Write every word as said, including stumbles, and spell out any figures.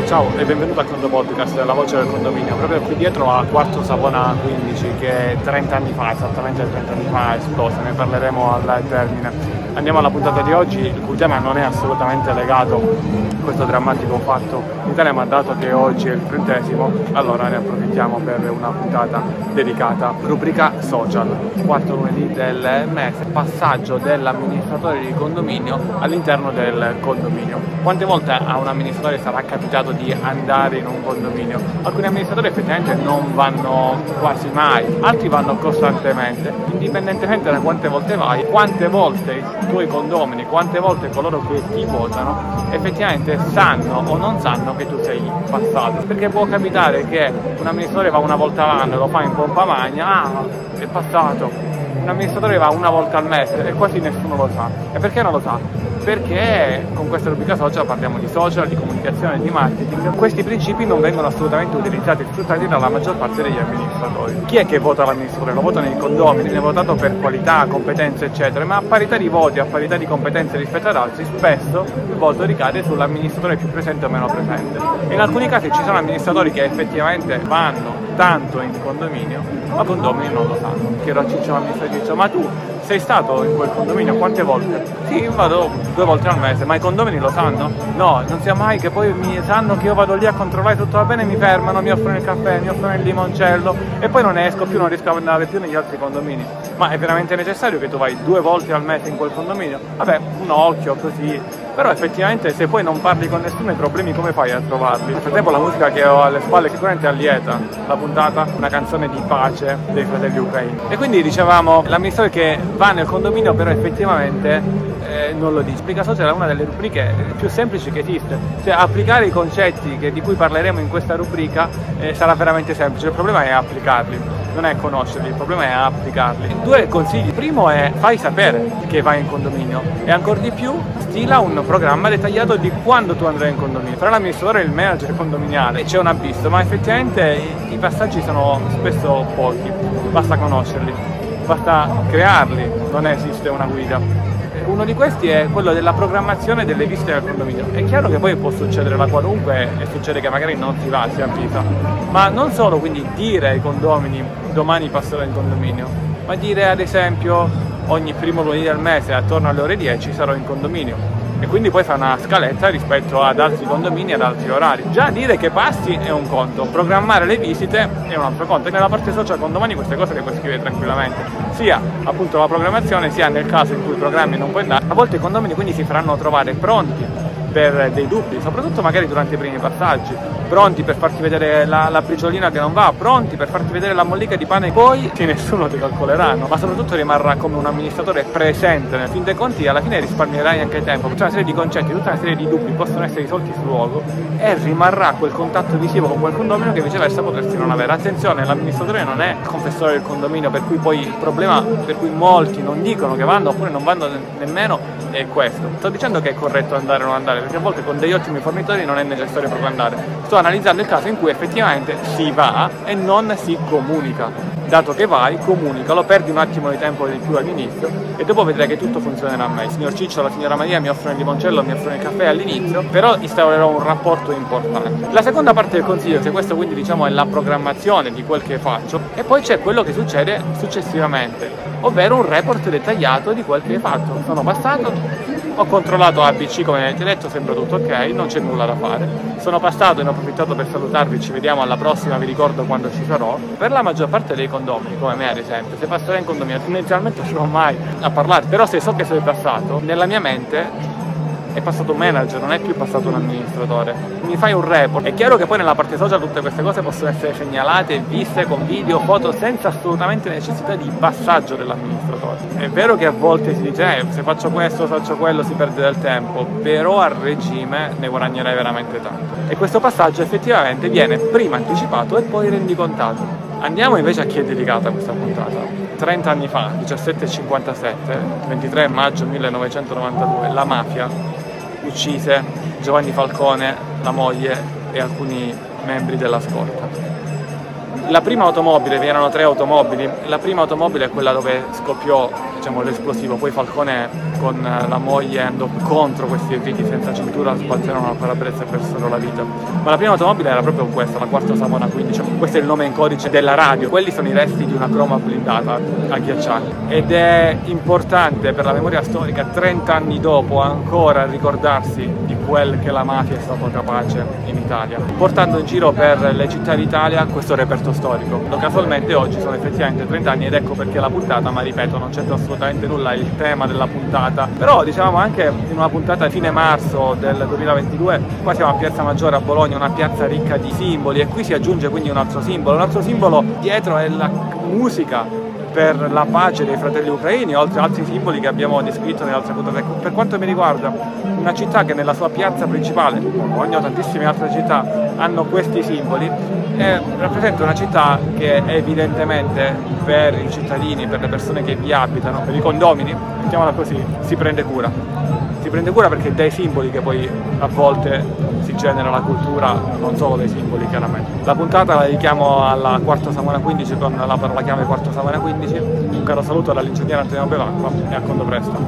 Ciao e benvenuto al Condo Podcast, la voce del condominio. Proprio qui dietro a Quarto Savona quindici, che trenta anni fa, esattamente trenta anni fa, è esplosa, ne parleremo al termine. Andiamo alla puntata di oggi, il cui tema non è assolutamente legato a questo drammatico fatto in Italia, ma dato che oggi è il trentesimo, allora ne approfittiamo per una puntata dedicata. Rubrica social, quarto lunedì del mese, passaggio dell'amministratore di condominio all'interno del condominio. Quante volte a un amministratore sarà capitato di andare in un condominio? Alcuni amministratori effettivamente non vanno quasi mai, altri vanno costantemente, indipendentemente da quante volte vai, quante volte i tuoi condomini, quante volte coloro che ti votano effettivamente sanno o non sanno che tu sei passato, perché può capitare che un amministratore va una volta all'anno e lo fa in pompa magna, ah, è passato. Un amministratore va una volta al mese e quasi nessuno lo sa. E perché non lo sa? Perché con questa rubrica social parliamo di social, di comunicazione, di marketing. Questi principi non vengono assolutamente utilizzati e sfruttati dalla maggior parte degli amministratori. Chi è che vota l'amministratore? Lo votano i condomini, viene votato per qualità, competenze eccetera, ma a parità di voti, a parità di competenze rispetto ad altri, spesso il voto ricade sull'amministratore più presente o meno presente. In alcuni casi ci sono amministratori che effettivamente vanno tanto in condominio, ma i condomini non lo sanno. Chiedo a Ciccio, l'amministratore Ciccio, ma tu sei stato in quel condominio quante volte? Sì, vado due volte al mese, ma i condomini lo sanno? No, non sia mai che poi mi sanno che io vado lì a controllare tutto va bene, mi fermano, mi offrono il caffè, mi offrono il limoncello e poi non esco più, non riesco ad andare più negli altri condomini. Ma è veramente necessario che tu vai due volte al mese in quel condominio? Vabbè, un occhio così, però effettivamente se poi non parli con nessuno i problemi come fai a trovarli? Nel frattempo la musica che ho alle spalle sicuramente è allieta, la puntata, una canzone di pace dei fratelli ucraini. E quindi dicevamo, l'amministratore che va nel condominio però effettivamente eh, non lo dice. Rubrica social è una delle rubriche più semplici che esiste, cioè applicare i concetti che, di cui parleremo in questa rubrica eh, sarà veramente semplice, il problema è applicarli, non è conoscerli, il problema è applicarli. Due consigli: primo è fai sapere che vai in condominio e ancora di più stila un programma dettagliato di quando tu andrai in condominio. Fra l'amministratore e il manager condominiale c'è un abisso, ma effettivamente i, i passaggi sono spesso pochi, basta conoscerli, basta crearli, non esiste una guida. Uno di questi è quello della programmazione delle visite al condominio. È chiaro che poi può succedere la qualunque e succede che magari non si va, si avvisa, ma non solo quindi dire ai condomini domani passerò in condominio, ma dire ad esempio ogni primo lunedì del mese attorno alle ore dieci sarò in condominio. E quindi poi fa una scaletta rispetto ad altri condomini e ad altri orari. Già dire che passi è un conto, programmare le visite è un altro conto. E nella parte social condomini queste cose le puoi scrivere tranquillamente, sia appunto la programmazione, sia nel caso in cui i programmi non puoi andare. A volte i condomini quindi si faranno trovare pronti per dei dubbi, soprattutto magari durante i primi passaggi, pronti per farti vedere la, la briciolina che non va, pronti per farti vedere la mollica di pane, poi che nessuno ti calcolerà, no? Ma soprattutto rimarrà come un amministratore presente. Nel fin dei conti alla fine risparmierai anche tempo, tutta una serie di concetti, tutta una serie di dubbi possono essere risolti sul luogo e rimarrà quel contatto visivo con quel condominio che viceversa potresti non avere. Attenzione, l'amministratore non è il confessore del condominio, per cui poi il problema per cui molti non dicono che vanno oppure non vanno nemmeno è questo. Sto dicendo che è corretto andare o non andare, perché a volte con degli ottimi fornitori non è necessario proprio andare. Sto analizzando il caso in cui effettivamente si va e non si comunica. Dato che vai, comunicalo, perdi un attimo di tempo di più all'inizio e dopo vedrai che tutto funzionerà meglio. Il signor Ciccio, la signora Maria mi offrono il limoncello, mi offrono il caffè all'inizio, però instaurerò un rapporto importante. La seconda parte del consiglio, che questo quindi diciamo è la programmazione di quel che faccio, e poi c'è quello che succede successivamente, ovvero un report dettagliato di quel che hai fatto. Sono passato, ho controllato A B C come avete detto, sembra tutto ok, non c'è nulla da fare. Sono passato e ne ho approfittato per salutarvi, ci vediamo alla prossima, vi ricordo quando ci sarò. Per la maggior parte dei condomini, come me ad esempio, se passerei in condominio tendenzialmente non sono mai a parlare, però se so che sei passato, nella mia mente è passato un manager, non è più passato un amministratore. Mi fai un report. È chiaro che poi nella parte social tutte queste cose possono essere segnalate e viste con video, foto, senza assolutamente necessità di passaggio dell'amministratore. È vero che a volte si dice eh, se faccio questo, faccio quello, si perde del tempo, però a regime ne guadagnerai veramente tanto. E questo passaggio effettivamente viene prima anticipato e poi rendicontato. Andiamo invece a chi è dedicata questa puntata. trenta anni fa, diciassette e cinquantasette, ventitré maggio millenovecentonovantadue, la mafia uccise Giovanni Falcone, la moglie e alcuni membri della scorta. La prima automobile, vi erano tre automobili, la prima automobile è quella dove scoppiò diciamo, l'esplosivo, poi Falcone con la moglie andò contro questi riti senza cintura, sbatterono la parabrezza e persero la vita. Ma la prima automobile era proprio questa, la quarta Savona quindici. Questo è il nome in codice della radio. Quelli sono i resti di una croma blindata agghiacciata. Ed è importante per la memoria storica, trenta anni dopo, ancora ricordarsi di quel che la mafia è stato capace in Italia, portando in giro per le città d'Italia questo reperto storico. Casualmente oggi sono effettivamente trenta anni ed ecco perché la puntata, ma ripeto, non c'entra assolutamente nulla il tema della puntata, però diciamo anche in una puntata a fine marzo del duemilaventidue, qua siamo a Piazza Maggiore a Bologna, una piazza ricca di simboli, e qui si aggiunge quindi un altro simbolo, un altro simbolo dietro è la musica per la pace dei fratelli ucraini, oltre ad altri simboli che abbiamo descritto nelle altre puntate. Per quanto mi riguarda, una città che nella sua piazza principale, Bologna o tantissime altre città, hanno questi simboli, e rappresenta una città che evidentemente per i cittadini, per le persone che vi abitano, per i condomini, mettiamola così, si prende cura. Si prende cura perché dai simboli che poi a volte si genera la cultura, non solo dai simboli chiaramente. La puntata la dedichiamo alla quarta Savona quindici con la parola chiave quarta Savona quindici. Un caro saluto dall'ingegnere Antonio Bevacqua e a quando presto.